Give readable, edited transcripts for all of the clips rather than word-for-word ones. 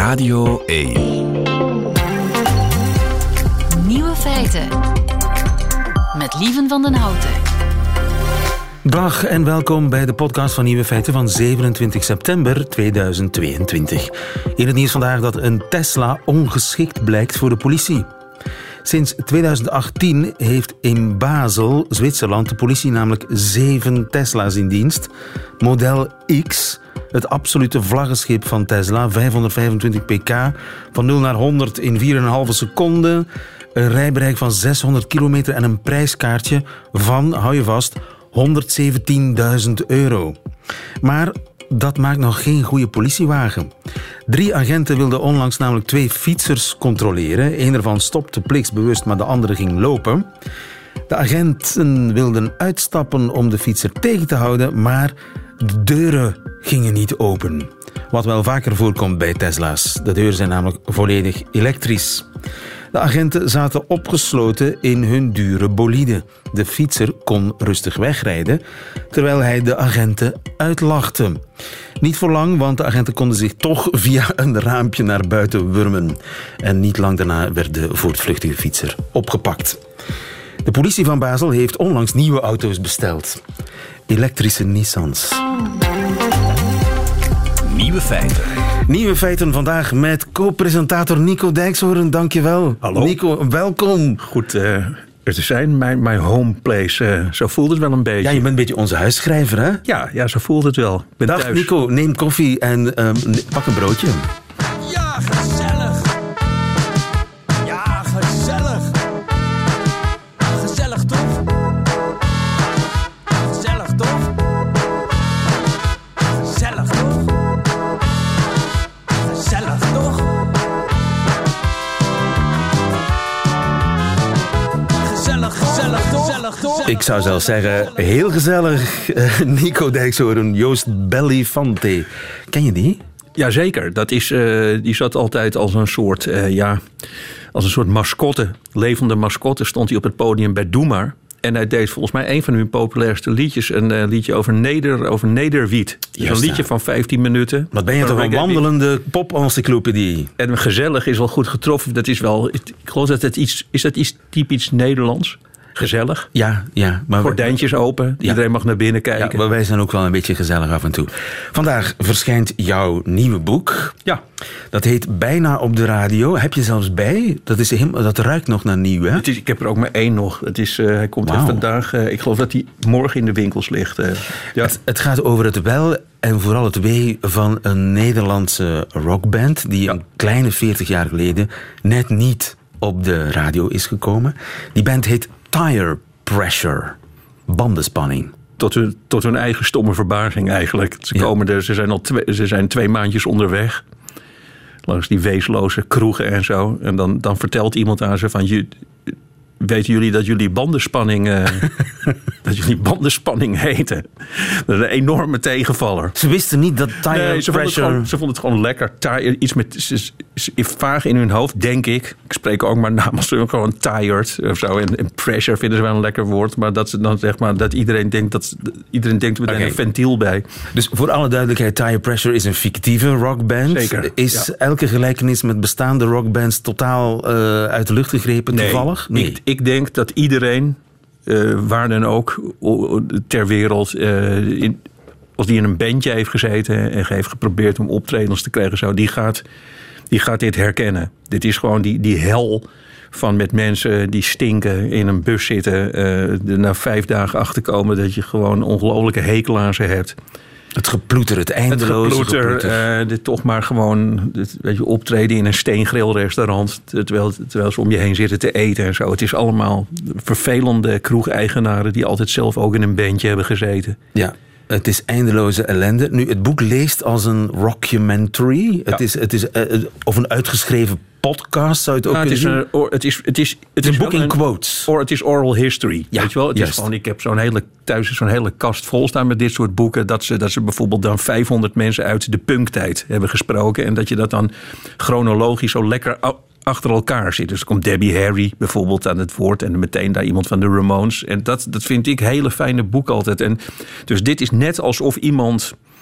Radio 1. Nieuwe feiten. Met Lieven van den Houten. Dag en welkom bij de podcast van Nieuwe Feiten van 27 september 2022. In het nieuws vandaag dat een Tesla ongeschikt blijkt voor de politie. Sinds 2018 heeft in Basel, Zwitserland, de politie namelijk 7 Tesla's in dienst. Model X, het absolute vlaggenschip van Tesla, 525 pk, van 0 naar 100 in 4,5 seconden. Een rijbereik van 600 kilometer en een prijskaartje van, hou je vast, €117.000. Maar dat maakt nog geen goede politiewagen. 3 agenten wilden onlangs namelijk 2 fietsers controleren. Eén ervan stopte plichtsbewust, maar de andere ging lopen. De agenten wilden uitstappen om de fietser tegen te houden, maar de deuren gingen niet open. Wat wel vaker voorkomt bij Tesla's. De deuren zijn namelijk volledig elektrisch. De agenten zaten opgesloten in hun dure bolide. De fietser kon rustig wegrijden, terwijl hij de agenten uitlachte. Niet voor lang, want de agenten konden zich toch via een raampje naar buiten wurmen. En niet lang daarna werd de voortvluchtige fietser opgepakt. De politie van Basel heeft onlangs nieuwe auto's besteld. Elektrische Nissans. Nieuwe feiten. Nieuwe feiten vandaag met co-presentator Nico Dijkshoorn. Dankjewel. Hallo. Nico, welkom. Goed er te zijn. My home place. Zo voelt het wel een beetje. Ja, je bent een beetje onze huisschrijver, hè? Ja, zo voelt het wel. Ik ben Dag thuis. Nico, neem koffie en pak een broodje. Ja, gezellig. Ja, gezellig. Gezellig toch? Gezellig toch? Gezellig toch? Gezellig toch? Gezellig, gezellig toch? Gezellig toch? Ik zou zelfs zeggen, heel gezellig. Nico Dijkshoorn, Joost Bellifante. Ken je die? Jazeker. Dat is, die zat altijd als een soort, als een soort mascotte. Levende mascotte stond hij op het podium bij Doe Maar. En hij deed volgens mij een van hun populairste liedjes. Een liedje over Nederwiet. Dus een liedje van 15 minuten. Wat ben je toch een wandelende pop-encyclopedie? En gezellig is wel goed getroffen. Dat is wel, ik geloof dat het iets typisch Nederlands. Gezellig. Ja. Maar Gordijntjes open. Ja. Iedereen mag naar binnen kijken. Ja, maar wij zijn ook wel een beetje gezellig af en toe. Vandaag verschijnt jouw nieuwe boek. Ja. Dat heet Bijna op de radio. Heb je zelfs bij? Dat ruikt nog naar nieuw, hè? Ik heb er ook maar 1 nog. Hij komt er vandaag. Ik geloof dat hij morgen in de winkels ligt. Ja. Het gaat over het wel en vooral het wee van een Nederlandse rockband die een kleine 40 jaar geleden net niet op de radio is gekomen. Die band heet Tire Pressure. Bandenspanning. Tot hun eigen stomme verbazing eigenlijk. Ze zijn 2 maandjes onderweg. Langs die weesloze kroegen en zo. En dan vertelt iemand aan ze van... Weten jullie dat jullie bandenspanning... heten? Dat is een enorme tegenvaller. Ze wisten niet dat Tire Pressure... Ze vonden het gewoon lekker. Iets met... Vaag in hun hoofd, denk ik. Ik spreek ook maar namens ze gewoon tired of zo. En pressure vinden ze wel een lekker woord. Maar dat ze dan zeg maar dat iedereen denkt... Iedereen denkt er meteen een ventiel bij. Dus voor alle duidelijkheid, Tire Pressure is een fictieve rockband. Zeker. Is elke gelijkenis met bestaande rockbands totaal uit de lucht gegrepen toevallig? Nee. Ik denk dat iedereen, waar dan ook ter wereld... als die in een bandje heeft gezeten en heeft geprobeerd om optredens te krijgen... Zo, die gaat dit herkennen. Dit is gewoon die hel van met mensen die stinken in een bus zitten... er na 5 dagen achterkomen dat je gewoon een ongelofelijke hekel aan ze hebt... Het geploeter, het eindeloze geploeter. Toch maar gewoon optreden in een steengrillrestaurant... Terwijl ze om je heen zitten te eten en zo. Het is allemaal vervelende kroegeigenaren... die altijd zelf ook in een bandje hebben gezeten. Ja. Het is eindeloze ellende. Nu, het boek leest als een rockumentary. Ja. Het is of een uitgeschreven podcast, zou het ook kunnen zijn? Het is een boek in quotes. Het is oral history. Ja, weet je wel? Het is gewoon, ik heb thuis zo'n hele kast vol staan met dit soort boeken. Dat ze bijvoorbeeld dan 500 mensen uit de punktijd hebben gesproken. En dat je dat dan chronologisch zo lekker achter elkaar zit. Dus er komt Debbie Harry bijvoorbeeld aan het woord... en meteen daar iemand van de Ramones. En dat vind ik hele fijne boek altijd. En dus dit is net alsof iemand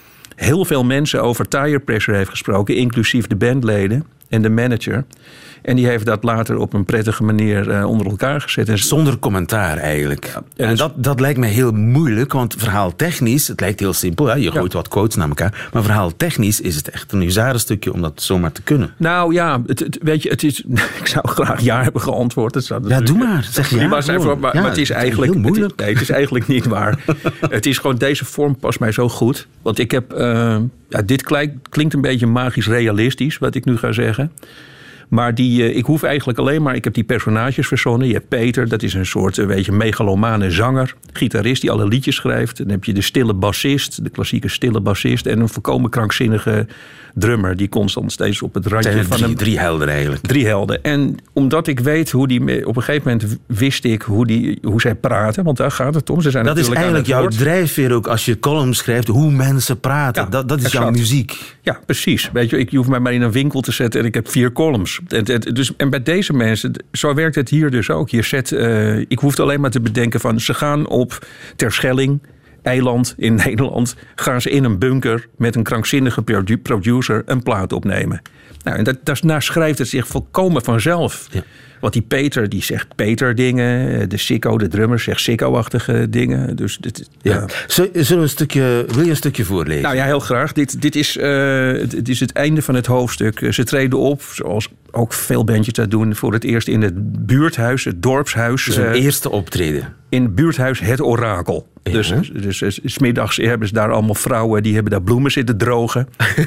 heel veel mensen over tire pressure heeft gesproken, inclusief de bandleden en de manager. En die heeft dat later op een prettige manier onder elkaar gezet. En zonder commentaar eigenlijk. Ja, en dat lijkt mij heel moeilijk, want verhaaltechnisch, het lijkt heel simpel. Hè? Je gooit wat quotes naar elkaar. Maar verhaaltechnisch is het echt een huzarenstukje om dat zomaar te kunnen. Nou ja, weet je, het is, ik zou graag ja hebben geantwoord. Dat zou doe maar. Zeg ja. Maar het is eigenlijk heel moeilijk. Het is eigenlijk niet waar. Het is gewoon, deze vorm past mij zo goed. Want ik heb, dit klinkt een beetje magisch realistisch, wat ik nu ga zeggen. Maar ik hoef eigenlijk alleen maar... Ik heb die personages verzonnen. Je hebt Peter, dat is een soort megalomane zanger. Gitarist die alle liedjes schrijft. Dan heb je de stille bassist, de klassieke stille bassist. En een volkomen krankzinnige drummer. Die constant steeds op het randje van drie helden eigenlijk. 3 helden. En omdat ik weet hoe die... Op een gegeven moment wist ik hoe zij praten. Want daar gaat het om. Ze zijn dat is eigenlijk jouw drijfveer ook als je columns schrijft. Hoe mensen praten. Ja, dat is jouw muziek. Ja, precies. Weet je hoeft mij maar in een winkel te zetten en ik heb 4 columns. En bij deze mensen, zo werkt het hier dus ook. Ik hoefde alleen maar te bedenken van... ze gaan op Terschelling, eiland in Nederland... gaan ze in een bunker met een krankzinnige producer een plaat opnemen. Nou, en daarna schrijft het zich volkomen vanzelf. Ja. Want die Peter, die zegt Peter-dingen. De Sicko, de drummer, zegt Sicko-achtige dingen. Dus ja. Wil je een stukje voorlezen? Nou ja, heel graag. Dit is het einde van het hoofdstuk. Ze treden op, zoals ook veel bandjes dat doen... voor het eerst in het buurthuis, het dorpshuis. Dus een eerste optreden. In het buurthuis Het Orakel. Ja. Dus 's middags hebben ze daar allemaal vrouwen... die hebben daar bloemen zitten drogen.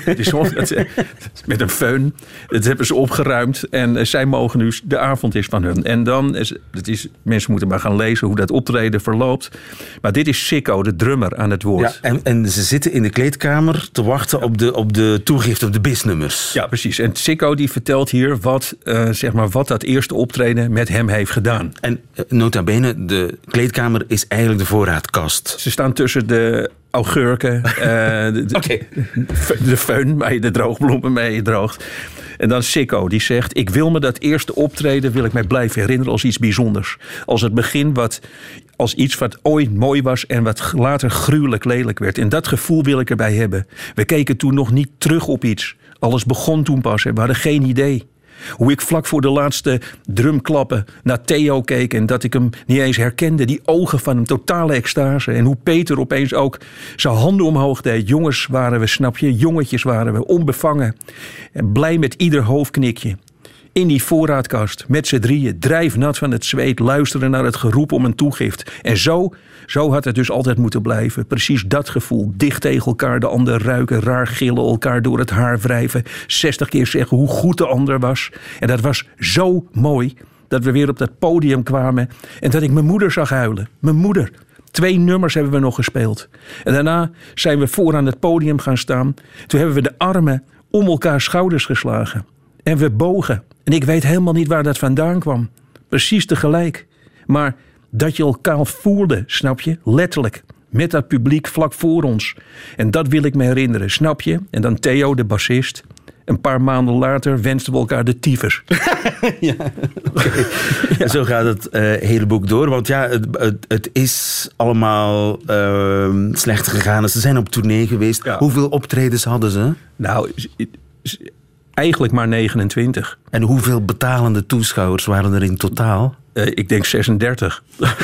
Met een föhn. Dat hebben ze opgeruimd. En zij mogen nu... De avond is van hun. En dan... mensen moeten maar gaan lezen hoe dat optreden verloopt. Maar dit is Sicko, de drummer, aan het woord. Ja, en ze zitten in de kleedkamer te wachten op de toegift, op de bisnummers. Ja, precies. En Sicko die vertelt hier wat dat eerste optreden met hem heeft gedaan. En nota bene, de kleedkamer is eigenlijk de voorraadkast. Ze staan tussen de augurken, de föhn waar je de droogbloemen mee droogt. En dan Sicko, die zegt... ik wil me dat eerste optreden wil ik mij blijven herinneren als iets bijzonders. Als het begin als iets wat ooit mooi was... en wat later gruwelijk lelijk werd. En dat gevoel wil ik erbij hebben. We keken toen nog niet terug op iets. Alles begon toen pas en we hadden geen idee. Hoe ik vlak voor de laatste drumklappen naar Theo keek... en dat ik hem niet eens herkende. Die ogen van hem, totale extase. En hoe Peter opeens ook zijn handen omhoog deed. Jongens waren we, snap je? Jongetjes waren we, onbevangen. En blij met ieder hoofdknikje. In die voorraadkast, met z'n drieën, drijfnat van het zweet... luisteren naar het geroep om een toegift. En zo had het dus altijd moeten blijven. Precies dat gevoel. Dicht tegen elkaar, de ander ruiken, raar gillen... elkaar door het haar wrijven. 60 keer zeggen hoe goed de ander was. En dat was zo mooi dat we weer op dat podium kwamen... en dat ik mijn moeder zag huilen. Mijn moeder. 2 nummers hebben we nog gespeeld. En daarna zijn we vooraan het podium gaan staan. Toen hebben we de armen om elkaar schouders geslagen. En we bogen. En ik weet helemaal niet waar dat vandaan kwam. Precies tegelijk. Maar dat je elkaar voelde, snap je? Letterlijk. Met dat publiek vlak voor ons. En dat wil ik me herinneren, snap je? En dan Theo, de bassist. Een paar maanden later wensten we elkaar de tyfus. Ja. Zo gaat het hele boek door. Want ja, het is allemaal slecht gegaan. Ze zijn op tournee geweest. Ja. Hoeveel optredens hadden ze? Nou... Eigenlijk maar 29. En hoeveel betalende toeschouwers waren er in totaal? Ik denk 36.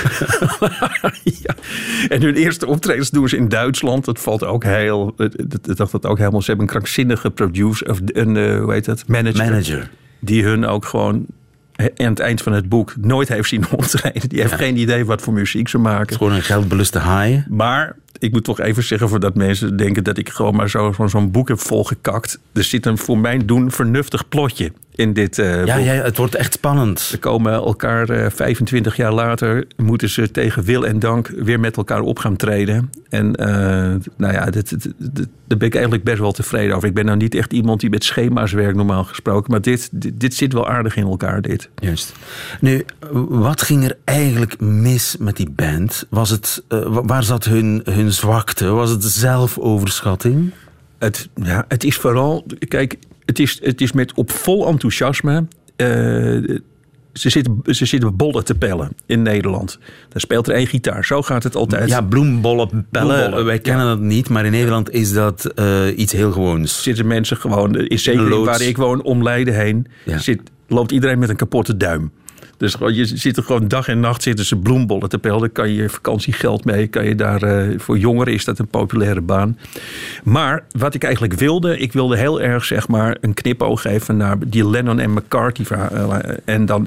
Ja. En hun eerste optredens doen ze in Duitsland. Dat valt ook heel... dat ook helemaal. Ze hebben een krankzinnige producer... of een, manager. Die hun ook gewoon... aan het eind van het boek nooit heeft zien optreden. Die heeft geen idee wat voor muziek ze maken. Het is gewoon een geldbeluste haai. Maar ik moet toch even zeggen... voordat mensen denken dat ik gewoon maar zo'n boek heb volgekakt. Er zit een voor mijn doen vernuftig plotje in dit boek. Ja, het wordt echt spannend. Ze komen elkaar 25 jaar later... moeten ze tegen wil en dank weer met elkaar op gaan treden. En daar ben ik eigenlijk best wel tevreden over. Ik ben nou niet echt iemand die met schema's werkt normaal gesproken. Maar dit zit wel aardig in elkaar, dit. Juist. Nu, wat ging er eigenlijk mis met die band? Waar zat hun zwakte? Was het zelfoverschatting? Het is vooral... Kijk, het is met op vol enthousiasme... Ze zitten bollen te pellen in Nederland. Dan speelt er 1 gitaar. Zo gaat het altijd. Ja, bloembollen pellen. Wij kennen dat niet, maar in Nederland is dat iets heel gewoons. Zitten mensen gewoon, zeker waar ik woon, om Leiden heen, loopt iedereen met een kapotte duim. Dus je zit er gewoon dag en nacht zitten ze bloembollen te pellen. Dan kan je vakantiegeld mee. Kan je daar, voor jongeren is dat een populaire baan. Maar wat ik eigenlijk wilde, ik wilde heel erg zeg maar een knipoog geven naar die Lennon en McCartney verhalen.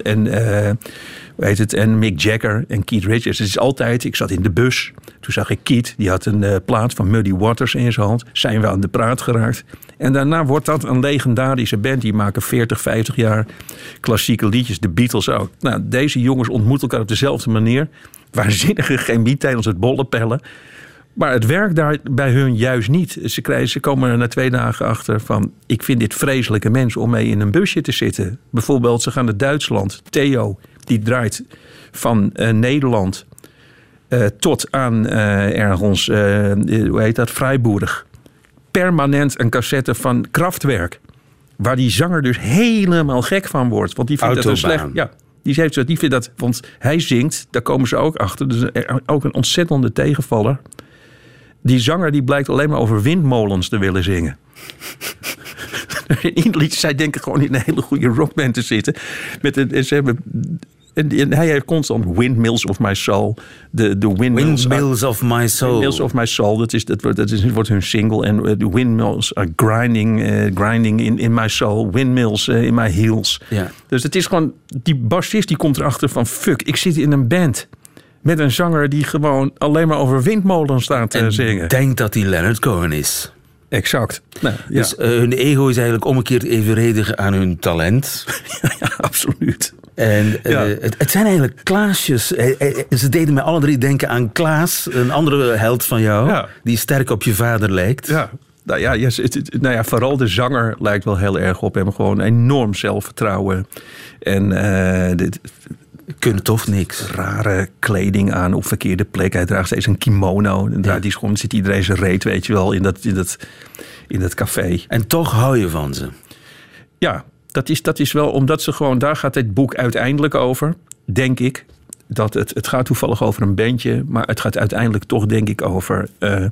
En Mick Jagger en Keith Richards. Het is altijd, ik zat in de bus. Toen zag ik Keith, die had een plaat van Muddy Waters in zijn hand. Zijn we aan de praat geraakt. En daarna wordt dat een legendarische band. Die maken 40, 50 jaar klassieke liedjes. De Beatles ook. Nou, deze jongens ontmoeten elkaar op dezelfde manier. Waanzinnige chemie tijdens het bollenpellen. Maar het werkt daar bij hun juist niet. Ze komen er na 2 dagen achter van... ik vind dit vreselijke mensen om mee in een busje te zitten. Bijvoorbeeld, ze gaan naar Duitsland. Theo, die draait van Nederland tot aan ergens, hoe heet dat, Freiburg. Permanent een cassette van Kraftwerk. Waar die zanger dus helemaal gek van wordt. Want die vindt dat een slecht... Ja, die vindt dat, want hij zingt, daar komen ze ook achter. Dus ook een ontzettende tegenvaller. Die zanger die blijkt alleen maar over windmolens te willen zingen. In ieder liedje, zij denken gewoon in een hele goede rockband te zitten. En hij heeft constant Windmills of My Soul. De Windmills of My Soul. Windmills of My Soul, dat wordt hun single. En the windmills are grinding in my soul. Windmills in my heels. Ja. Dus het is gewoon, die bassist die komt erachter van... fuck, ik zit in een band met een zanger die gewoon alleen maar over windmolens staat te zingen. En denkt dat hij Leonard Cohen is. Exact. Nou, ja. Dus hun ego is eigenlijk omgekeerd evenredig aan hun talent. Ja, absoluut. En het zijn eigenlijk Klaasjes. Ze deden mij alle 3 denken aan Klaas, een andere held van jou, die sterk op je vader lijkt. Ja. Nou ja, vooral de zanger lijkt wel heel erg op hem. Gewoon enorm zelfvertrouwen. En kunnen toch niks. Rare kleding aan op verkeerde plek. Hij draagt steeds een kimono. En daar zit iedereen zijn reet, weet je wel, in dat café. En toch hou je van ze. Ja, dat is wel omdat ze gewoon... Daar gaat dit boek uiteindelijk over, denk ik. Dat het gaat toevallig over een bandje, maar het gaat uiteindelijk toch, denk ik, over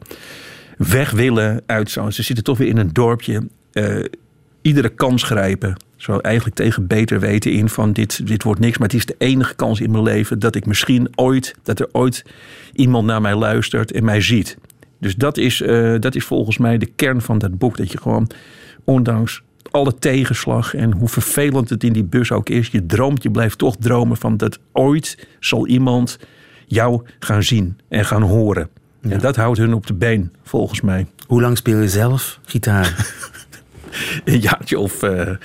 weg willen uit zo'n... Ze zitten toch weer in een dorpje. Iedere kans grijpen. Zo eigenlijk tegen beter weten in van dit wordt niks. Maar het is de enige kans in mijn leven dat ik misschien dat er ooit iemand naar mij luistert en mij ziet. Dus dat is volgens mij de kern van dat boek. Dat je gewoon, ondanks alle tegenslag en hoe vervelend het in die bus ook is, je blijft toch dromen van dat ooit zal iemand jou gaan zien en gaan horen. Ja. En dat houdt hun op de been, volgens mij. Hoe lang speel je zelf gitaar? Een jaartje of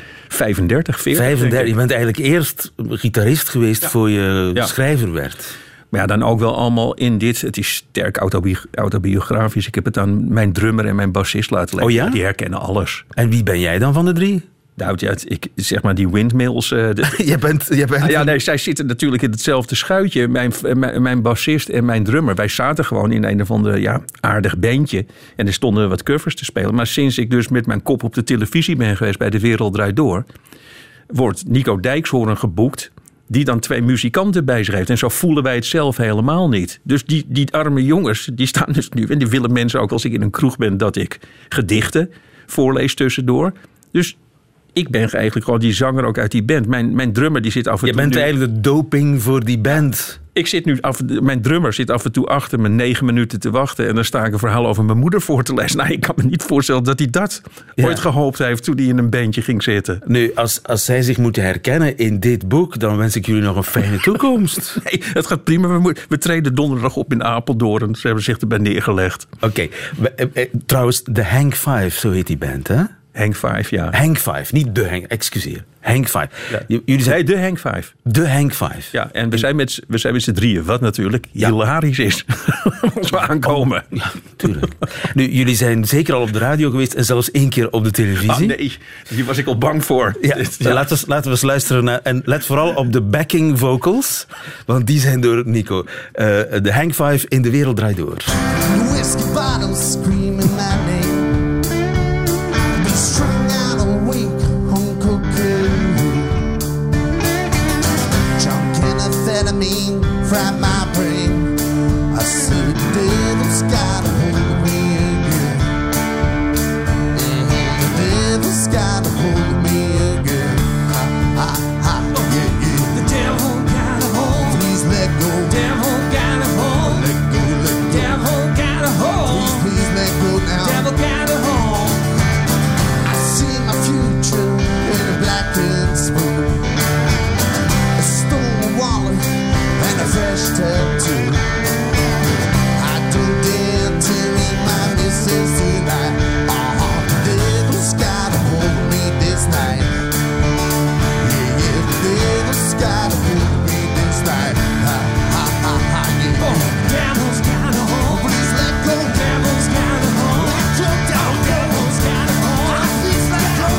35, 40. 35. Je bent eigenlijk eerst gitarist geweest voor je schrijver werd. Maar ja, dan ook wel allemaal in dit. Het is sterk autobiografisch. Ik heb het aan mijn drummer en mijn bassist laten lezen. Oh ja? Die herkennen alles. En wie ben jij dan van de 3? Nou ja, ik zeg maar die windmills. Je bent... Ja, nee, zij zitten natuurlijk in hetzelfde schuitje. Mijn bassist en mijn drummer. Wij zaten gewoon in een of ander aardig bandje. En er stonden wat covers te spelen. Maar sinds ik dus met mijn kop op de televisie ben geweest bij De Wereld Draait Door, wordt Nico Dijkshoorn geboekt, die dan 2 muzikanten bijschrijft. En zo voelen wij het zelf helemaal niet. Dus die arme jongens, die staan dus nu. En die willen mensen ook als ik in een kroeg ben, dat ik gedichten voorlees tussendoor. Dus ik ben eigenlijk gewoon die zanger ook uit die band. Mijn drummer die zit af en toe... Je bent eigenlijk de doping voor die band. Mijn drummer zit af en toe achter me 9 minuten te wachten. En dan sta ik een verhaal over mijn moeder voor te lezen. Nou, ik kan me niet voorstellen dat hij dat ooit gehoopt heeft toen hij in een bandje ging zitten. Nu, als zij zich moeten herkennen in dit boek, dan wens ik jullie nog een fijne toekomst. Nee, het gaat prima. We treden donderdag op in Apeldoorn. Ze hebben zich erbij neergelegd. Oké. Trouwens, de Hank 5, zo heet die band, hè? Hank 5, ja. Hank 5, niet de Hank, excuseer. Hank 5. Ja. Jullie zijn de Hank 5. De Hank 5. Ja, en we zijn met z'n drieën, wat natuurlijk hilarisch is. Als we aankomen. Oh, ja, tuurlijk. Nu, jullie zijn zeker al op de radio geweest en zelfs 1 keer op de televisie. Ah, nee, hier was ik al bang voor. Ja, laten we eens luisteren naar, en let vooral op de backing vocals, want die zijn door Nico. De Hank 5 in De Wereld Draait Door. Whiskey bottles screaming my name. Strung out awake on cocaine. wrap my brain. I said, the devil's got a hold of me again. The devil's got a hold of me again. Ha, ha, ha, yeah, yeah. The devil got a hold. Please let go. Devil got a hold. Let go, let go. Devil got a hold. Please let go now. Devil got a hold. I see my future in a blackened spoon. A stolen wallet and a fresh tattoo. I don't dare to meet my missus tonight. The devil's got a hold of me this night. Yeah, yeah, the devil's got a hold of me this night. Ha, ha, ha, ha, yeah. Oh, devil's got a hold. Please let go. Devil's got a hold. Let go down. Devil's got a hold. Please let go.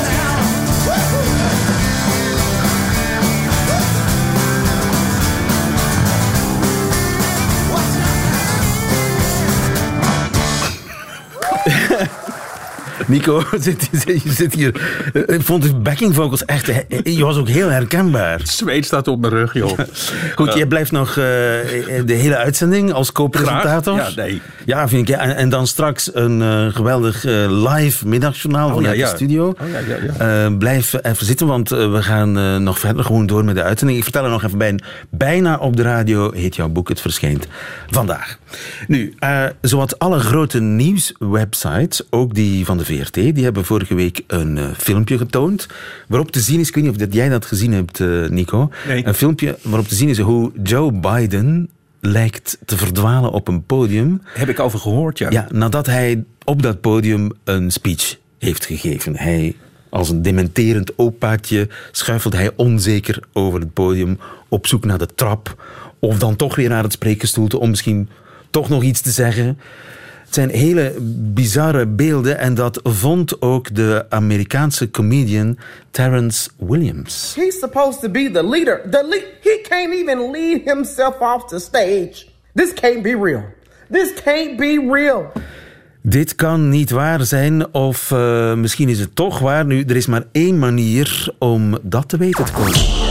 Nico, je zit hier. Ik vond de backing vocals echt... Je was ook heel herkenbaar. Het zweet staat op mijn rug, joh. Goed, jij blijft nog de hele uitzending als co-presentator. Graag. Ja, nee. Ja, vind ik. Ja. En dan straks een geweldig live middagjournaal vanuit de studio. Blijf even zitten, want we gaan nog verder gewoon door met de uitzending. Ik vertel er nog even bij. Bijna op de radio heet jouw boek. Het verschijnt vandaag. Nu, zowat alle grote nieuwswebsites, ook die van de VRT, die hebben vorige week een filmpje getoond, waarop te zien is, ik weet niet of jij dat gezien hebt, Nico, nee. Een filmpje waarop te zien is hoe Joe Biden lijkt te verdwalen op een podium. Heb ik over gehoord, ja. Ja, nadat hij op dat podium een speech heeft gegeven. Hij, als een dementerend opaatje, schuifelt hij onzeker over het podium op zoek naar de trap, of dan toch weer naar het spreekgestoelte om misschien toch nog iets te zeggen. Het zijn hele bizarre beelden en dat vond ook de Amerikaanse comedian Terrence Williams. He's supposed to be the leader. He can't even lead himself off the stage. This can't be real. This can't be real. Dit kan niet waar zijn, of misschien is het toch waar. Nu, er is maar één manier om dat te weten te komen.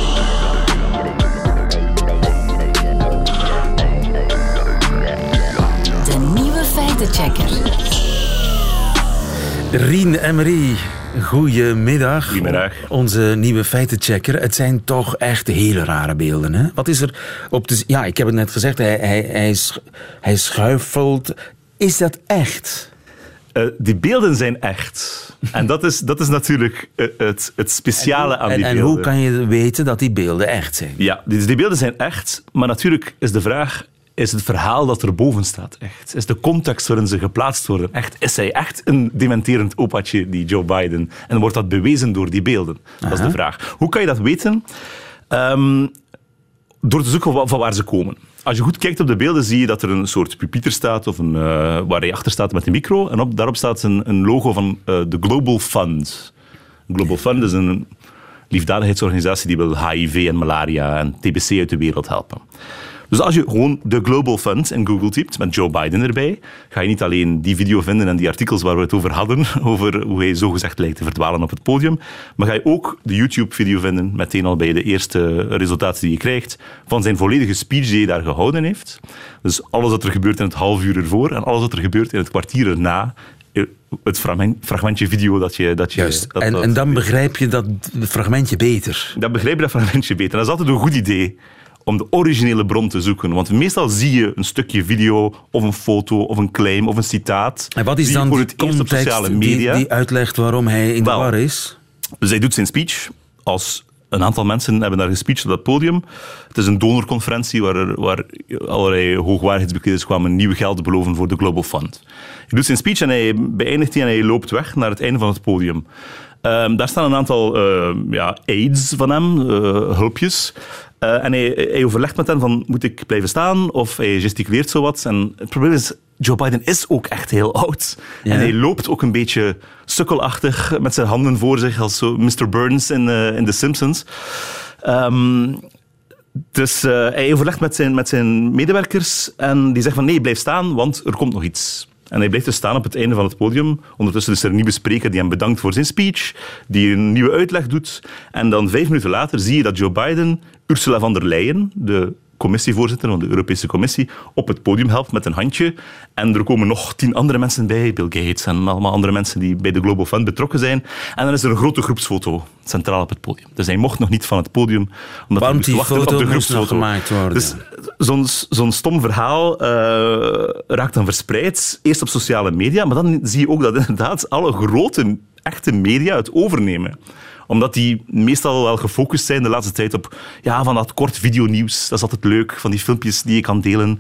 Feitenchecker. Rien Emery, goedemiddag. Goedemiddag. Onze nieuwe feitenchecker. Het zijn toch echt hele rare beelden, hè? Wat is er op de... Ja, ik heb het net gezegd, hij schuifelt. Is dat echt? Die beelden zijn echt. En dat is natuurlijk het speciale aan die beelden. En hoe kan je weten dat die beelden echt zijn? Ja, dus die beelden zijn echt, maar natuurlijk is de vraag... Is het verhaal dat erboven staat echt? Is de context waarin ze geplaatst worden echt? Is hij echt een dementerend opaatje, die Joe Biden? En wordt dat bewezen door die beelden? Dat is de vraag. Hoe kan je dat weten? Door te zoeken van waar ze komen. Als je goed kijkt op de beelden, zie je dat er een soort pupieter staat, of waar hij achter staat met een micro. En daarop staat een logo van de Global Fund. Global Fund is een liefdadigheidsorganisatie die wil HIV en malaria en TBC uit de wereld helpen. Dus als je gewoon de Global Fund in Google typt, met Joe Biden erbij, ga je niet alleen die video vinden en die artikels waar we het over hadden, over hoe hij zogezegd lijkt te verdwalen op het podium, maar ga je ook de YouTube-video vinden, meteen al bij de eerste resultaten die je krijgt, van zijn volledige speech die hij daar gehouden heeft. Dus alles wat er gebeurt in het half uur ervoor en alles wat er gebeurt in het kwartier erna, het fragmentje video dat je... Juist. En dan begrijp je dat fragmentje beter. Dan begrijp je dat fragmentje beter. En dat is altijd een goed idee om de originele bron te zoeken. Want meestal zie je een stukje video of een foto of een claim of een citaat. En wat is dan voor die het eerst op sociale context media. die uitlegt waarom hij in de war is? Dus hij doet zijn speech als... Een aantal mensen hebben daar gespeecht op dat podium. Het is een donorconferentie waar allerlei hoogwaardigheidsbekleders kwamen nieuw geld beloven voor de Global Fund. Hij doet zijn speech en hij beëindigt die en hij loopt weg naar het einde van het podium. Daar staan een aantal aids van hem, hulpjes. En hij overlegt met hen van, moet ik blijven staan? Of hij gesticuleert zowat. En het probleem is, Joe Biden is ook echt heel oud. Ja. En hij loopt ook een beetje sukkelachtig met zijn handen voor zich, als zo Mr. Burns in The Simpsons. Dus hij overlegt met zijn medewerkers en die zeggen van nee, blijf staan, want er komt nog iets. En hij blijft dus staan op het einde van het podium. Ondertussen is er een nieuwe spreker die hem bedankt voor zijn speech, die een nieuwe uitleg doet. En dan 5 minuten later zie je dat Joe Biden Ursula von der Leyen, de commissievoorzitter van de Europese Commissie, op het podium helpt met een handje. En er komen nog 10 andere mensen bij, Bill Gates en allemaal andere mensen die bij de Global Fund betrokken zijn. En dan is er een grote groepsfoto centraal op het podium. Dus hij mocht nog niet van het podium, omdat hij moest die wachten op foto de moest nog groepsfoto. gemaakt worden. Dus zo'n stom verhaal raakt dan verspreid, eerst op sociale media, maar dan zie je ook dat inderdaad alle grote, echte media het overnemen. Omdat die meestal wel gefocust zijn de laatste tijd op van dat kort videonieuws. Dat is altijd leuk, van die filmpjes die je kan delen.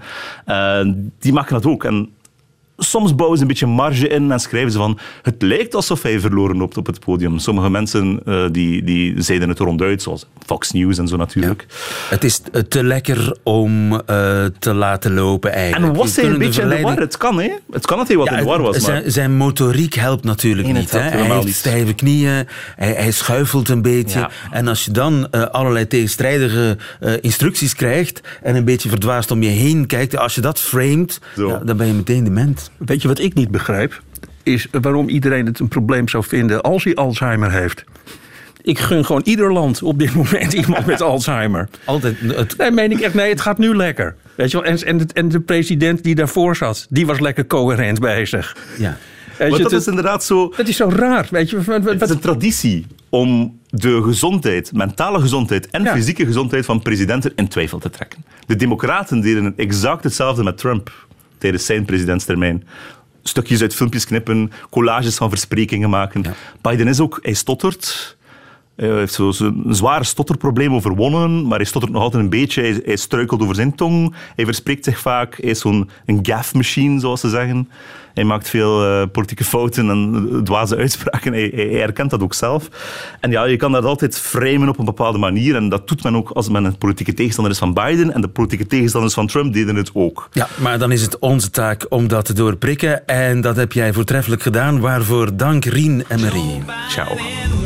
Die maken dat ook. En soms bouwen ze een beetje marge in en schrijven ze van het lijkt alsof hij verloren loopt op het podium. Sommige mensen die zeiden het ronduit, zoals Fox News en zo natuurlijk. Ja. Het is te lekker om te laten lopen eigenlijk. En was hij een beetje in de war? Het kan, hè? Het kan dat hij wat in de war was. Maar Zijn motoriek helpt natuurlijk niet. Hè? Hij heeft stijve knieën, hij schuifelt een beetje. Ja. En als je dan allerlei tegenstrijdige instructies krijgt en een beetje verdwaasd om je heen kijkt, als je dat framet, dan ben je meteen dement. Weet je wat ik niet begrijp? Is waarom iedereen het een probleem zou vinden als hij Alzheimer heeft. Ik gun gewoon ieder land op dit moment iemand met Alzheimer. Altijd. Nee, meen ik echt. Nee, het gaat nu lekker. Weet je wel? En de president die daarvoor zat, die was lekker coherent bezig. Ja. Maar dat is inderdaad zo. Dat is zo raar. Weet je? Het is een traditie om de gezondheid, mentale gezondheid en fysieke gezondheid van presidenten in twijfel te trekken. De Democraten deden exact hetzelfde met Trump tijdens zijn presidentstermijn. Stukjes uit filmpjes knippen, collages van versprekingen maken. Ja. Biden is ook, hij stottert. Hij heeft zo'n zware stotterprobleem overwonnen, maar hij stottert nog altijd een beetje. Hij struikelt over zijn tong. Hij verspreekt zich vaak. Hij is zo'n gaffe machine, zoals ze zeggen. Hij maakt veel politieke fouten en dwaze uitspraken. Hij herkent dat ook zelf. En ja, je kan dat altijd framen op een bepaalde manier. En dat doet men ook als men een politieke tegenstander is van Biden. En de politieke tegenstanders van Trump deden het ook. Ja, maar dan is het onze taak om dat te doorprikken. En dat heb jij voortreffelijk gedaan. Waarvoor dank Rien en Marie. Ciao.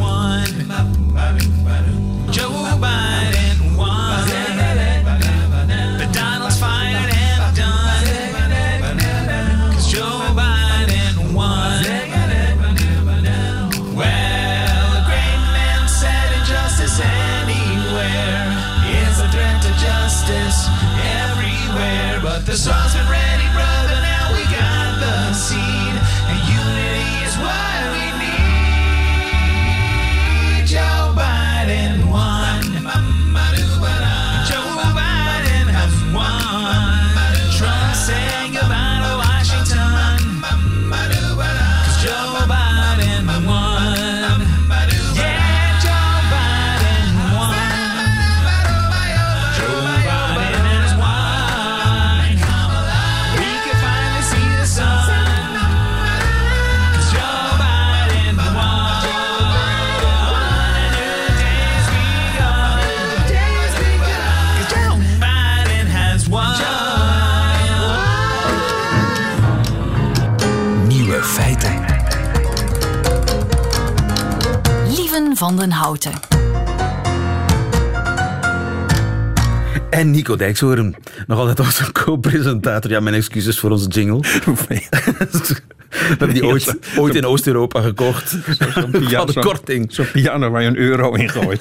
Joe Biden won. But Donald's fired and done. 'Cause Joe Biden won. Well, a great man said injustice anywhere is a threat to justice everywhere. But the song's been ready, brother. Now we got the seed. And unity is what we need. Joe Biden won. Joe Biden has won. Trump saying goodbye to Washington. 'Cause Joe Biden won. Yeah, Joe Biden won. Joe Biden has won. We can finally see the sun. 'Cause Joe Biden won. Nieuwe feiten. Lieven van den Houten. En Nico Dijkshoorn, nog altijd onze co-presentator. Ja, mijn excuses voor onze jingle. We hebben die ooit in Oost-Europa gekocht. Zo'n korting. Zo'n piano waar je €1 in gooit.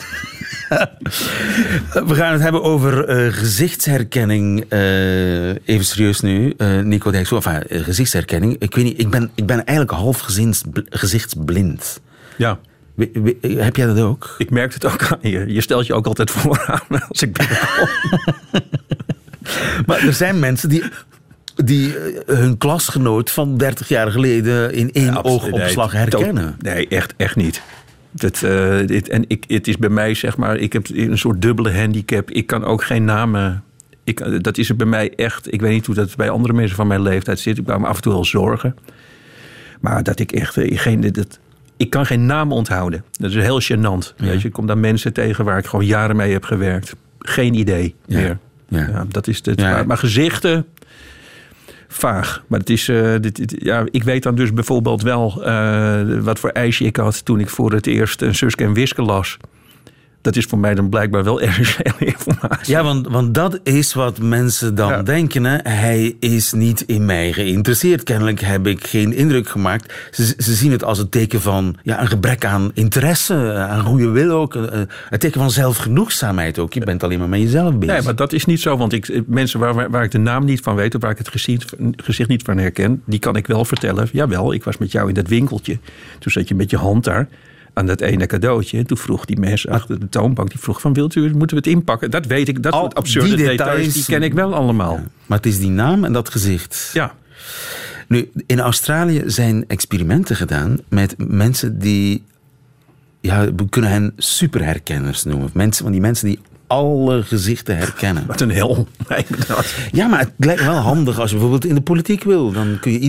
We gaan het hebben over gezichtsherkenning. Even serieus nu, Nico Dijkshoorn. Enfin, gezichtsherkenning. Ik weet niet, ik ben eigenlijk half gezichtsblind. Ja. Heb jij dat ook? Ik merk het ook aan je. Je stelt je ook altijd vooraan als ik binnenkom. Maar er zijn mensen die hun klasgenoot van 30 jaar geleden in één oogopslag herkennen. Nee, echt niet. Het is bij mij, zeg maar, ik heb een soort dubbele handicap. Ik kan ook geen namen. Dat is het bij mij echt. Ik weet niet hoe dat bij andere mensen van mijn leeftijd zit. Ik maak me af en toe wel zorgen. Maar dat ik echt ik kan geen naam onthouden. Dat is heel gênant. Ja. Weet je, ik kom daar mensen tegen waar ik gewoon jaren mee heb gewerkt. Geen idee meer. Ja, dat is het. Ja. Maar gezichten, vaag. Maar het is, ik weet dan dus bijvoorbeeld wel wat voor ijsje ik had toen ik voor het eerst een Suske en Wiske las. Dat is voor mij dan blijkbaar wel essentiële informatie. Ja, want dat is wat mensen dan denken. Hè. Hij is niet in mij geïnteresseerd. Kennelijk heb ik geen indruk gemaakt. Ze zien het als een teken van een gebrek aan interesse, aan goede wil ook. Een teken van zelfgenoegzaamheid ook. Je bent alleen maar met jezelf bezig. Nee, maar dat is niet zo. Want mensen waar ik de naam niet van weet, of waar ik het gezicht niet van herken, die kan ik wel vertellen. Jawel, ik was met jou in dat winkeltje. Toen zat je met je hand daar aan dat ene cadeautje. Toen vroeg die mensen achter de toonbank, die vroeg van, moeten we het inpakken? Dat weet ik, dat soort absurde details, die ken ik wel allemaal. Ja. Maar het is die naam en dat gezicht. Ja. Nu, in Australië zijn experimenten gedaan met mensen die, we kunnen hen superherkenners noemen. Van die mensen die alle gezichten herkennen. Wat een hel. Ja, maar het lijkt wel handig als je bijvoorbeeld in de politiek wil. Dan kun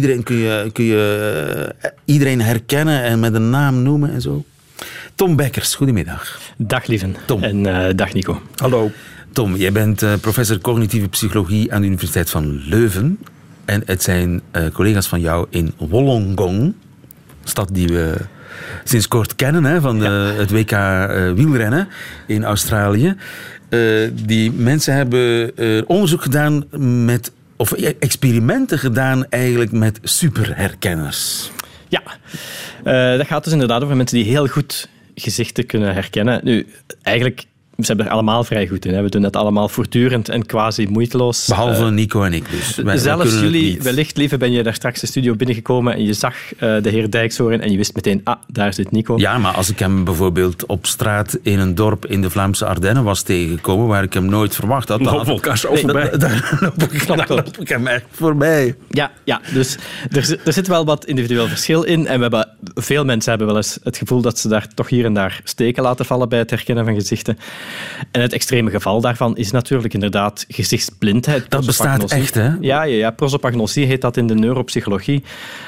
je iedereen herkennen en met een naam noemen en zo. Tom Bekkers, goedemiddag. Dag lieven. Tom. En dag Nico. Hallo. Tom, jij bent professor cognitieve psychologie aan de Universiteit van Leuven. En het zijn collega's van jou in Wollongong, stad die we sinds kort kennen, hè, van het WK wielrennen in Australië. Die mensen hebben onderzoek gedaan of experimenten gedaan eigenlijk met superherkenners. Ja, dat gaat dus inderdaad over mensen die heel goed gezichten kunnen herkennen. Nu, eigenlijk, ze hebben er allemaal vrij goed in. Hè. We doen dat allemaal voortdurend en quasi moeiteloos. Behalve Nico en ik dus. Zelfs jullie, wellicht, lieve, ben je daar straks de studio binnengekomen en je zag de heer Dijkshoorn en je wist meteen, daar zit Nico. Ja, maar als ik hem bijvoorbeeld op straat in een dorp in de Vlaamse Ardennen was tegengekomen, waar ik hem nooit verwacht had, dan lopen we elkaar zo voorbij. Daar loop ik hem echt voorbij. Ja, dus er zit wel wat individueel verschil in. En veel mensen hebben wel eens het gevoel dat ze daar toch hier en daar steken laten vallen bij het herkennen van gezichten. En het extreme geval daarvan is natuurlijk inderdaad gezichtsblindheid. Dat bestaat echt, hè? Ja, prosopagnosie heet dat in de neuropsychologie.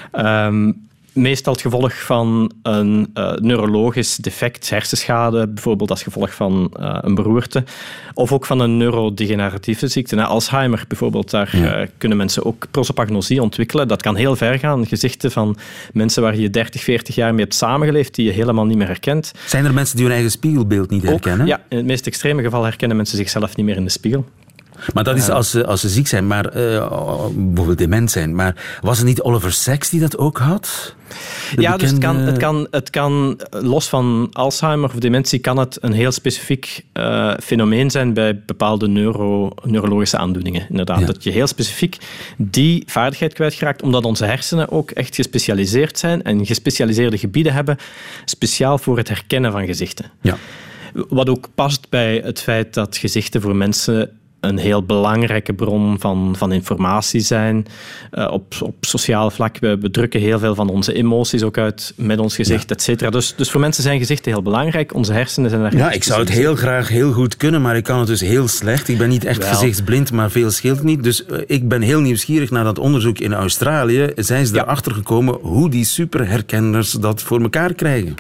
Meestal het gevolg van een neurologisch defect, hersenschade, bijvoorbeeld als gevolg van een beroerte, of ook van een neurodegeneratieve ziekte. Alzheimer bijvoorbeeld, daar kunnen mensen ook prosopagnosie ontwikkelen. Dat kan heel ver gaan. Gezichten van mensen waar je 30, 40 jaar mee hebt samengeleefd, die je helemaal niet meer herkent. Zijn er mensen die hun eigen spiegelbeeld niet herkennen? Ja, in het meest extreme geval herkennen mensen zichzelf niet meer in de spiegel. Maar dat is als ze ziek zijn, maar bijvoorbeeld dement zijn. Maar was het niet Oliver Sacks die dat ook had? Ja, dus het kan, los van Alzheimer of dementie, kan het een heel specifiek fenomeen zijn bij bepaalde neurologische aandoeningen. Inderdaad, dat je heel specifiek die vaardigheid kwijtgeraakt, omdat onze hersenen ook echt gespecialiseerd zijn en gespecialiseerde gebieden hebben, speciaal voor het herkennen van gezichten. Ja. Wat ook past bij het feit dat gezichten voor mensen een heel belangrijke bron van informatie zijn. Op sociaal vlak, we drukken heel veel van onze emoties ook uit met ons gezicht, et cetera. Dus voor mensen zijn gezichten heel belangrijk. Onze hersenen zijn daar... Ja, ik zou het heel graag heel goed kunnen, maar ik kan het dus heel slecht. Ik ben niet echt gezichtsblind, maar veel scheelt niet. Dus ik ben heel nieuwsgierig naar dat onderzoek in Australië. Zijn ze erachter gekomen hoe die superherkenners dat voor elkaar krijgen?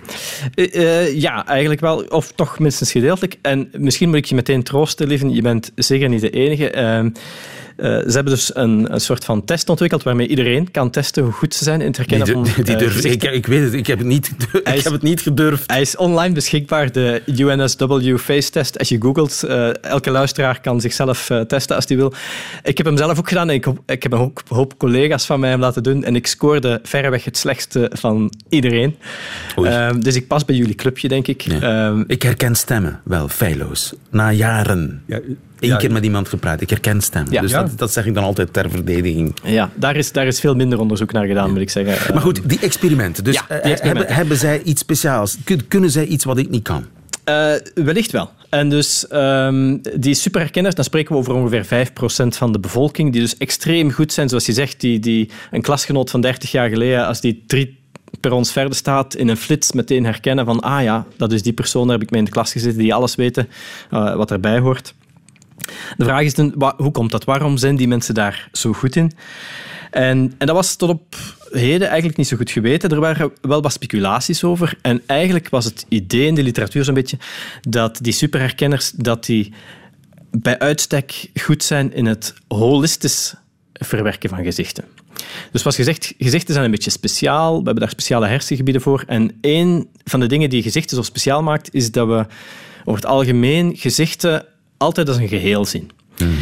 Ja, eigenlijk wel. Of toch minstens gedeeltelijk. En misschien moet ik je meteen troosten, lieven. Je bent zeker niet de enige. Ze hebben dus een soort van test ontwikkeld waarmee iedereen kan testen hoe goed ze zijn in het herkennen van gezichten. Ik weet het, ik heb het niet gedurfd. Hij is online beschikbaar, de UNSW Face Test. Als je googelt, elke luisteraar kan zichzelf testen als hij wil. Ik heb hem zelf ook gedaan en ik heb een hoop collega's van mij hem laten doen en ik scoorde verreweg het slechtste van iedereen. Dus ik pas bij jullie clubje, denk ik. Ja. Ik herken stemmen wel, feilloos. Na jaren. Ja. Eén keer met iemand gepraat. Ik herken stemmen. Ja. Dus dat zeg ik dan altijd ter verdediging. Ja, daar is veel minder onderzoek naar gedaan, moet ik zeggen. Maar goed, die experimenten. Dus hebben zij iets speciaals? Kunnen zij iets wat ik niet kan? Wellicht wel. En dus die superherkenners, dan spreken we over ongeveer 5% van de bevolking, die dus extreem goed zijn. Zoals je zegt, die een klasgenoot van 30 jaar geleden, als die 3 per ons verder staat, in een flits meteen herkennen van dat is die persoon, daar heb ik mee in de klas gezeten, die alles weten wat erbij hoort. De vraag is dan, hoe komt dat? Waarom zijn die mensen daar zo goed in? En dat was tot op heden eigenlijk niet zo goed geweten. Er waren wel wat speculaties over. En eigenlijk was het idee in de literatuur zo'n beetje dat die superherkenners dat die bij uitstek goed zijn in het holistisch verwerken van gezichten. Dus zoals gezegd, gezichten zijn een beetje speciaal. We hebben daar speciale hersengebieden voor. En een van de dingen die gezichten zo speciaal maakt, is dat we over het algemeen gezichten altijd als een geheel zien.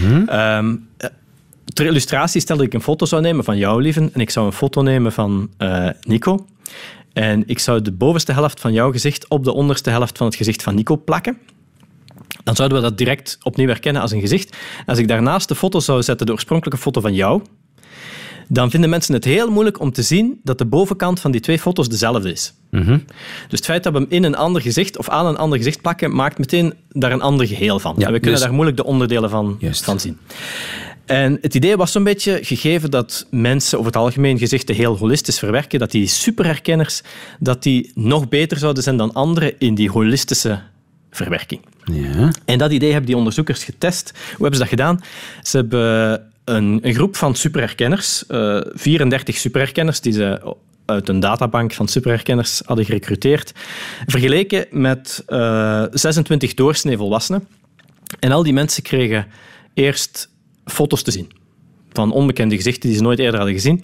Ter illustratie stel dat ik een foto zou nemen van jou, Lieven, en ik zou een foto nemen van Nico. En ik zou de bovenste helft van jouw gezicht op de onderste helft van het gezicht van Nico plakken. Dan zouden we dat direct opnieuw herkennen als een gezicht. Als ik daarnaast de foto zou zetten, de oorspronkelijke foto van jou, dan vinden mensen het heel moeilijk om te zien dat de bovenkant van die 2 foto's dezelfde is. Dus het feit dat we hem in een ander gezicht of aan een ander gezicht plakken, maakt meteen daar een ander geheel van. Ja, en we kunnen dus daar moeilijk de onderdelen van zien. En het idee was zo'n beetje, gegeven dat mensen over het algemeen gezichten heel holistisch verwerken, dat die superherkenners dat die nog beter zouden zijn dan anderen in die holistische verwerking. Ja. En dat idee hebben die onderzoekers getest. Hoe hebben ze dat gedaan? Ze hebben een groep van superherkenners, 34 superherkenners die ze uit een databank van superherkenners hadden gerecruiteerd, vergeleken met 26 doorsnee volwassenen. En al die mensen kregen eerst foto's te zien van onbekende gezichten die ze nooit eerder hadden gezien.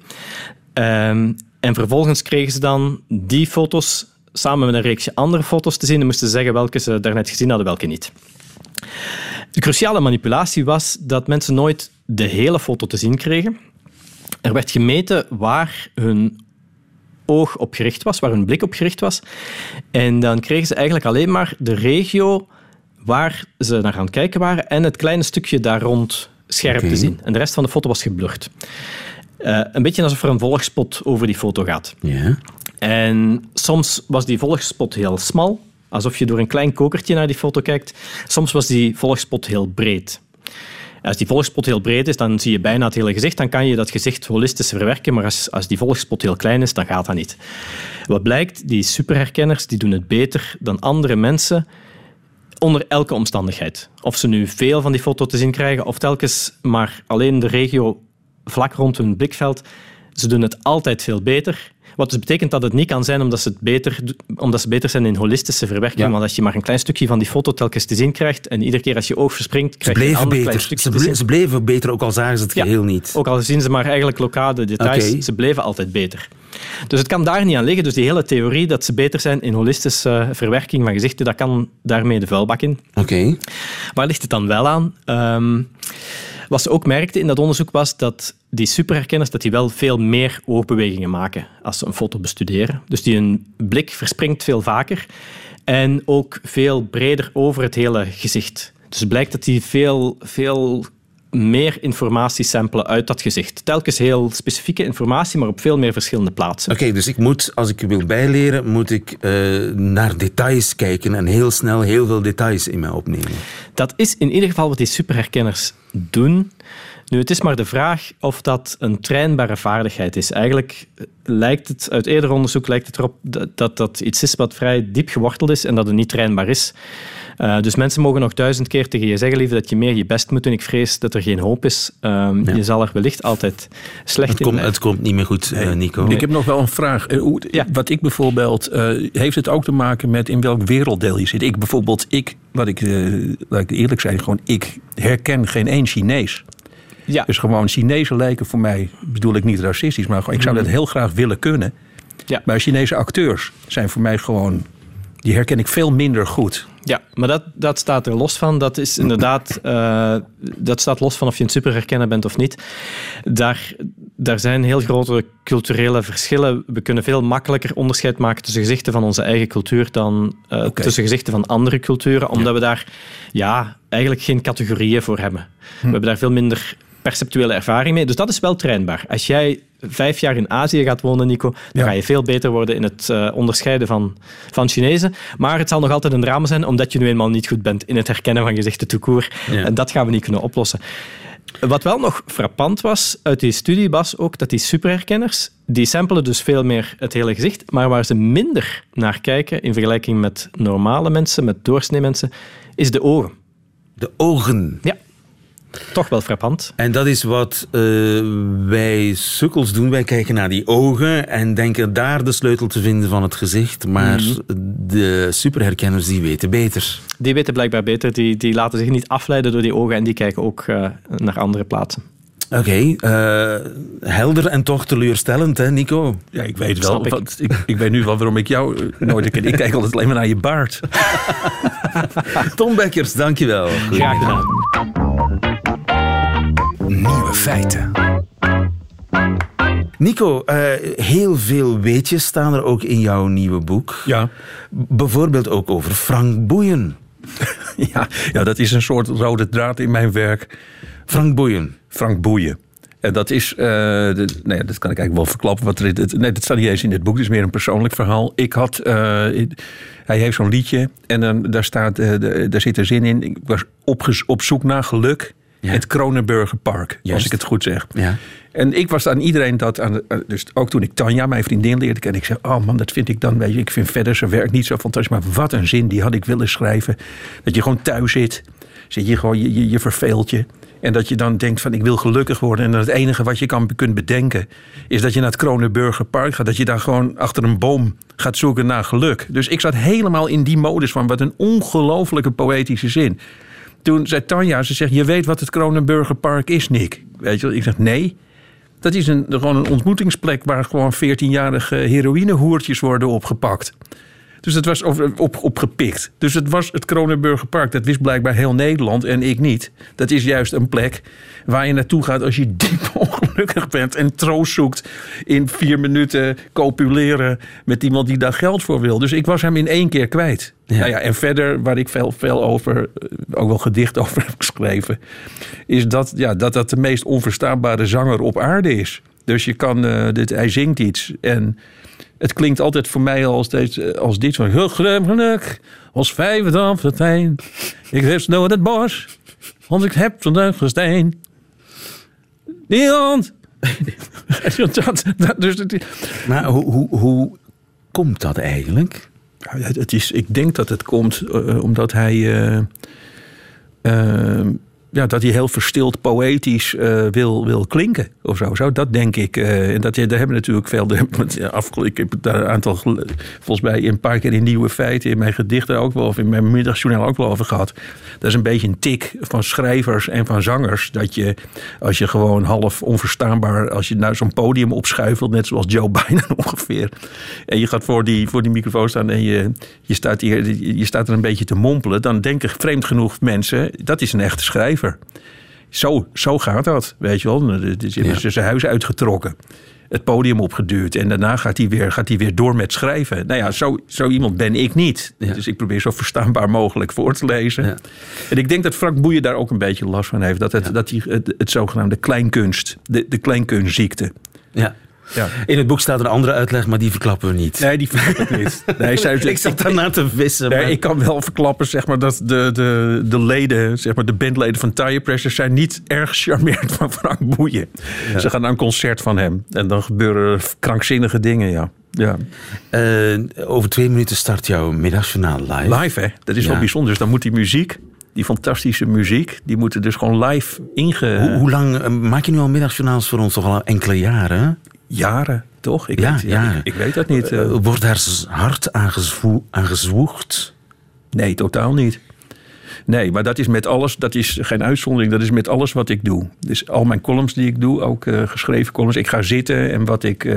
En vervolgens kregen ze dan die foto's samen met een reeksje andere foto's te zien en moesten ze zeggen welke ze daarnet gezien hadden, welke niet. De cruciale manipulatie was dat mensen nooit de hele foto te zien kregen. Er werd gemeten waar hun oog op gericht was, waar hun blik op gericht was. En dan kregen ze eigenlijk alleen maar de regio waar ze naar aan het kijken waren en het kleine stukje daar rond scherp te zien. En de rest van de foto was geblurred. Een beetje alsof er een volgspot over die foto gaat. Ja. En soms was die volgspot heel smal, alsof je door een klein kokertje naar die foto kijkt. Soms was die volgspot heel breed. Als die volgspot heel breed is, dan zie je bijna het hele gezicht. Dan kan je dat gezicht holistisch verwerken. Maar als die volgspot heel klein is, dan gaat dat niet. Wat blijkt, die superherkenners die doen het beter dan andere mensen onder elke omstandigheid. Of ze nu veel van die foto te zien krijgen, of telkens maar alleen de regio vlak rond hun blikveld. Ze doen het altijd veel beter. Wat dus betekent dat het niet kan zijn omdat ze beter zijn in holistische verwerking. Ja. Want als je maar een klein stukje van die foto telkens te zien krijgt en iedere keer als je oog verspringt, krijg je een ander klein stukje te zien. Ze bleven beter, ook al zagen ze het geheel niet. Ook al zien ze maar eigenlijk lokale details, ze bleven altijd beter. Dus het kan daar niet aan liggen. Dus die hele theorie dat ze beter zijn in holistische verwerking van gezichten, dat kan daarmee de vuilbak in. Oké. Waar ligt het dan wel aan? Wat ze ook merkten in dat onderzoek was dat die superherkenners dat die wel veel meer oogbewegingen maken als ze een foto bestuderen. Dus die hun blik verspringt veel vaker en ook veel breder over het hele gezicht. Dus het blijkt dat die veel meer informatie samplen uit dat gezicht. Telkens heel specifieke informatie, maar op veel meer verschillende plaatsen. Oké, dus ik moet, als ik wil bijleren, moet ik naar details kijken en heel snel heel veel details in mij opnemen. Dat is in ieder geval wat die superherkenners doen. Nu, het is maar de vraag of dat een trainbare vaardigheid is. Eigenlijk lijkt het, uit eerder onderzoek lijkt het erop dat dat iets is wat vrij diep geworteld is en dat het niet trainbaar is. Dus mensen mogen nog 1000 keer tegen je zeggen, lieve, dat je meer je best moet doen. Ik vrees dat er geen hoop is. Je zal er wellicht altijd slecht in blijven. Het komt niet meer goed, Nico. Ik heb nog wel een vraag. Wat ik bijvoorbeeld... heeft het ook te maken met in welk werelddeel je zit? Laat ik eerlijk zijn, gewoon ik herken geen één Chinees. Ja. Dus gewoon Chinezen lijken voor mij, bedoel ik niet racistisch, maar gewoon, ik zou dat heel graag willen kunnen. Ja. Maar Chinese acteurs zijn voor mij gewoon... Die herken ik veel minder goed. Ja, maar dat staat er los van. Dat is inderdaad... dat staat los van of je een superherkenner bent of niet. Daar zijn heel grote culturele verschillen. We kunnen veel makkelijker onderscheid maken tussen gezichten van onze eigen cultuur dan tussen gezichten van andere culturen, omdat we daar eigenlijk geen categorieën voor hebben. We hebben daar veel minder perceptuele ervaring mee. Dus dat is wel trainbaar. Als jij 5 jaar in Azië gaat wonen, Nico, dan ga je veel beter worden in het onderscheiden van Chinezen. Maar het zal nog altijd een drama zijn, omdat je nu eenmaal niet goed bent in het herkennen van gezichten tout court. Ja. En dat gaan we niet kunnen oplossen. Wat wel nog frappant was uit die studie, was ook dat die superherkenners, die samplen dus veel meer het hele gezicht, maar waar ze minder naar kijken in vergelijking met normale mensen, met doorsnee mensen, is de ogen. De ogen. Ja. Toch wel frappant. En dat is wat wij sukkels doen. Wij kijken naar die ogen en denken daar de sleutel te vinden van het gezicht. Maar de superherkenners, die weten beter. Die weten blijkbaar beter. Die laten zich niet afleiden door die ogen en die kijken ook naar andere plaatsen. Oké, helder en toch teleurstellend, hè, Nico? Ja, ik weet wel. Ik weet nu wel waarom ik jou nooit ken. Ik kijk altijd alleen maar naar je baard. Tom Bekkers, dankjewel. Graag gedaan. Nieuwe feiten. Nico, heel veel weetjes staan er ook in jouw nieuwe boek. Ja. Bijvoorbeeld ook over Frank Boeien. Ja, dat is een soort rode draad in mijn werk. Frank Boeien. Frank Boeien. En dat is... dat kan ik eigenlijk wel verklappen. Dat staat niet eens in dit boek. Het is meer een persoonlijk verhaal. Hij heeft zo'n liedje. En dan, daar zit er zin in. Ik was op zoek naar geluk. Ja. Het Kronenburger Park, als ik het goed zeg. Ja. En ik was aan iedereen dus ook toen ik Tanja, mijn vriendin, leerde kennen. Ik zei, oh man, dat vind ik dan, weet je, ik vind verder zijn werk niet zo fantastisch. Maar wat een zin, die had ik willen schrijven. Dat je gewoon thuis zit je gewoon, je verveelt je. En dat je dan denkt van, ik wil gelukkig worden. En dan het enige wat je kunt bedenken, is dat je naar het Kronenburger Park gaat. Dat je daar gewoon achter een boom gaat zoeken naar geluk. Dus ik zat helemaal in die modus van, wat een ongelofelijke poëtische zin. Toen zei Tanja, ze zegt, je weet wat het Kronenburger Park is, Nick. Weet je wel? Ik zeg, nee. Dat is gewoon een ontmoetingsplek waar gewoon 14-jarige heroïnehoertjes worden opgepakt. Dus dat was opgepikt. Dus het was het Kronenburger Park. Dat wist blijkbaar heel Nederland en ik niet. Dat is juist een plek waar je naartoe gaat als je diep ongelukkig bent en troost zoekt in 4 minuten copuleren met iemand die daar geld voor wil. Dus ik was hem in 1 keer kwijt. Ja. Nou ja, en verder, waar ik veel over, ook wel gedicht over heb geschreven, is dat de meest onverstaanbare zanger op aarde is. Dus je kan, hij zingt iets en het klinkt altijd voor mij als dit van, heel geluk, als 5 op de trein. Ik heb snel het bos, want ik heb zo'n gesteen. Niemand. Maar hoe komt dat eigenlijk? Ik denk dat het komt omdat hij... dat hij heel verstild poëtisch wil klinken of zo. Dat denk ik. En daar hebben natuurlijk veel... Ik heb daar een aantal... Volgens mij een paar keer in Nieuwe Feiten... in mijn gedichten ook wel... of in mijn middagjournaal ook wel over gehad. Dat is een beetje een tik van schrijvers en van zangers. Dat je, als je gewoon half onverstaanbaar... als je naar zo'n podium opschuifelt... net zoals Joe Biden ongeveer... en je gaat voor die microfoon staan... en je staat er een beetje te mompelen... dan denken vreemd genoeg mensen... dat is een echte schrijver. Zo gaat dat, weet je wel. Is zijn huis uitgetrokken. Het podium opgeduwd. En daarna gaat hij weer door met schrijven. Nou ja, zo iemand ben ik niet. Ja. Dus ik probeer zo verstaanbaar mogelijk voor te lezen. Ja. En ik denk dat Frank Boeien daar ook een beetje last van heeft. Dat hij het zogenaamde kleinkunst, de kleinkunstziekte. Ja. Ja. In het boek staat een andere uitleg, maar die verklappen we niet. Nee, die verklappen we niet. Ik zat daarna te vissen. Nee, ik kan wel verklappen zeg maar, dat de leden, zeg maar, de bandleden van Tire Pressure zijn niet erg gecharmeerd van Frank Boeien. Ja. Ze gaan naar een concert van hem. En dan gebeuren krankzinnige dingen, ja. Over 2 minuten start jouw middagjournaal live. Live, hè? Dat is wel bijzonder. Dus dan moet die muziek... Die fantastische muziek, die moeten dus gewoon live Hoe lang maak je nu al middagjournaals voor ons? Toch al enkele jaren? Jaren, toch? Ik weet dat niet. Wordt daar hard aan gezwoegd? Nee, totaal niet. Nee, maar dat is met alles, dat is geen uitzondering, dat is met alles wat ik doe. Dus al mijn columns die ik doe, ook geschreven columns. Ik ga zitten en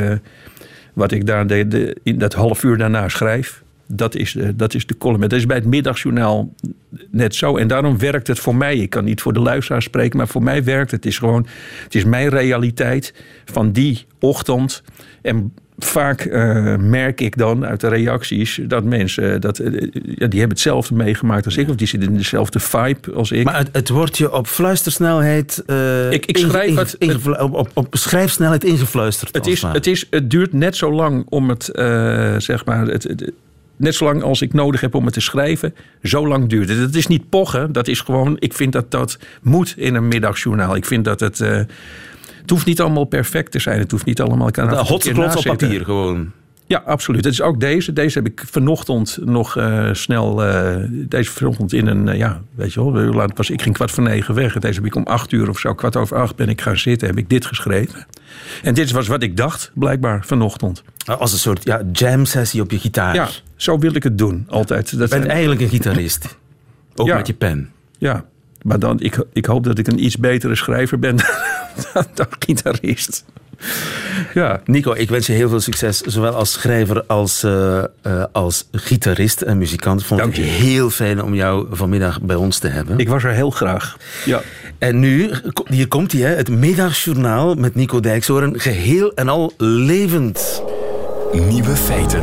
wat ik daar in dat half uur daarna schrijf... Dat is de column. Dat is bij het middagjournaal net zo. En daarom werkt het voor mij. Ik kan niet voor de luisteraar spreken, maar voor mij werkt het. Het is mijn realiteit van die ochtend. En vaak merk ik dan uit de reacties dat mensen... die hebben hetzelfde meegemaakt als ik. Of die zitten in dezelfde vibe als ik. Maar het wordt je op fluistersnelheid... ik schrijf op schrijfsnelheid ingefluisterd. Het duurt net zo lang om het, zeg maar... Net zolang als ik nodig heb om het te schrijven, zo lang duurt het. Het is niet pochen, dat is gewoon... Ik vind dat moet in een middagjournaal. Ik vind dat het... Het hoeft niet allemaal perfect te zijn. Het hoeft niet allemaal... Hotse klots op papier gewoon. Ja, absoluut. Het is ook deze. Deze heb ik vanochtend nog snel... deze vanochtend in een... weet je wel, hoe laat was ik? Ging 8:45 weg. Deze heb ik om 8:00 of zo, 7:15 ben ik gaan zitten. Heb ik dit geschreven. En dit was wat ik dacht, blijkbaar, vanochtend. Als een soort jam-sessie op je gitaar. Ja, zo wil ik het doen, altijd. Je bent eigenlijk een gitarist. Ook met je pen. Ja, maar dan, ik hoop dat ik een iets betere schrijver ben dan gitarist. Ja. Nico, ik wens je heel veel succes, zowel als schrijver als gitarist en muzikant. Vond het heel fijn om jou vanmiddag bij ons te hebben. Ik was er heel graag. Ja. En nu, hier komt hij, het Middagjournaal met Nico Dijkshoorn, geheel en al levend. Nieuwe feiten.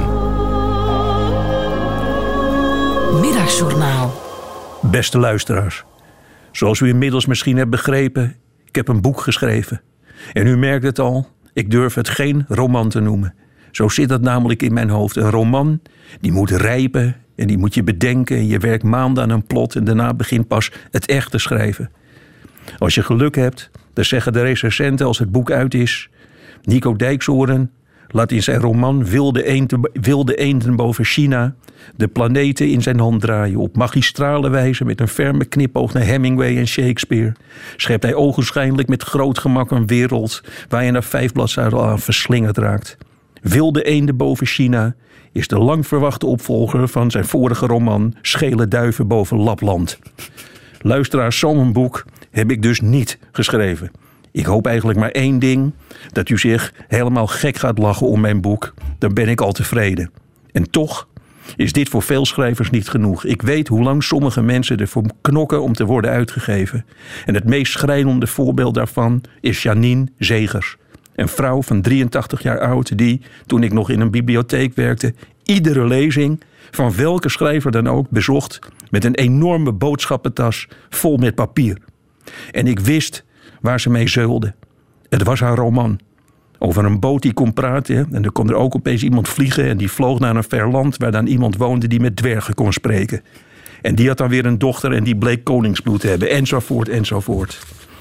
Middagjournaal. Beste luisteraars, zoals u inmiddels misschien hebt begrepen, ik heb een boek geschreven. En u merkt het al, ik durf het geen roman te noemen. Zo zit dat namelijk in mijn hoofd. Een roman, die moet rijpen en die moet je bedenken. En je werkt maanden aan een plot en daarna begint pas het echt te schrijven. Als je geluk hebt, dan zeggen de recensenten als het boek uit is: Nico Dijkshoorn laat in zijn roman Wilde eenden boven China de planeten in zijn hand draaien. Op magistrale wijze met een ferme knipoog naar Hemingway en Shakespeare schept hij ogenschijnlijk met groot gemak een wereld waar je na 5 bladzijden al aan verslingerd raakt. Wilde eenden boven China is de lang verwachte opvolger van zijn vorige roman Schele duiven boven Lapland. Luisteraars, zo'n boek heb ik dus niet geschreven. Ik hoop eigenlijk maar één ding: dat u zich helemaal gek gaat lachen om mijn boek. Dan ben ik al tevreden. En toch is dit voor veel schrijvers niet genoeg. Ik weet hoe lang sommige mensen ervoor knokken om te worden uitgegeven. En het meest schrijnende voorbeeld daarvan is Janine Zegers. Een vrouw van 83 jaar oud die, toen ik nog in een bibliotheek werkte, iedere lezing van welke schrijver dan ook bezocht met een enorme boodschappentas vol met papier. En ik wist waar ze mee zeulde. Het was haar roman. Over een boot die kon praten. En er kon er ook opeens iemand vliegen. En die vloog naar een ver land waar dan iemand woonde die met dwergen kon spreken. En die had dan weer een dochter en die bleek koningsbloed te hebben. Enzovoort, enzovoort.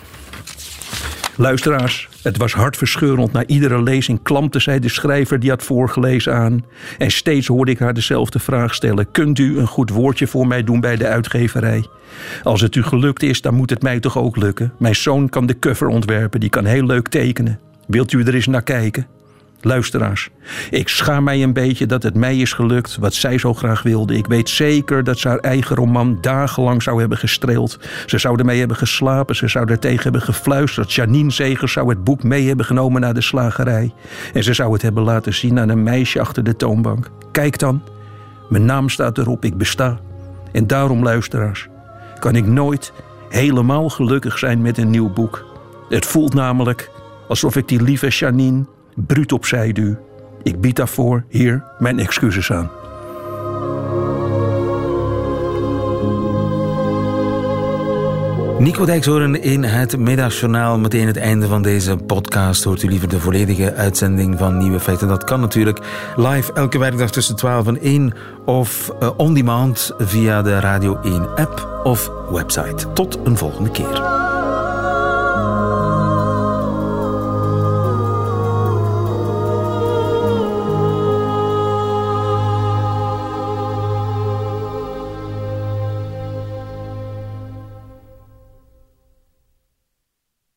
Luisteraars, het was hartverscheurend. Na iedere lezing klampte zij de schrijver die had voorgelezen aan. En steeds hoorde ik haar dezelfde vraag stellen: kunt u een goed woordje voor mij doen bij de uitgeverij? Als het u gelukt is, dan moet het mij toch ook lukken. Mijn zoon kan de cover ontwerpen, die kan heel leuk tekenen. Wilt u er eens naar kijken? Luisteraars, ik schaam mij een beetje dat het mij is gelukt wat zij zo graag wilde. Ik weet zeker dat ze haar eigen roman dagenlang zou hebben gestreeld. Ze zou ermee hebben geslapen, ze zou er tegen hebben gefluisterd. Janine Zegers zou het boek mee hebben genomen naar de slagerij. En ze zou het hebben laten zien aan een meisje achter de toonbank. Kijk dan, mijn naam staat erop, ik besta. En daarom, luisteraars, kan ik nooit helemaal gelukkig zijn met een nieuw boek. Het voelt namelijk alsof ik die lieve Janine bruut opzij duw. Ik bied daarvoor hier mijn excuses aan. Nico Dijkshoorn in het Middagjournaal. Meteen het einde van deze podcast. Hoort u liever de volledige uitzending van Nieuwe Feiten? Dat kan natuurlijk live elke werkdag tussen 12 en 1 of on demand via de Radio 1 app of website. Tot een volgende keer.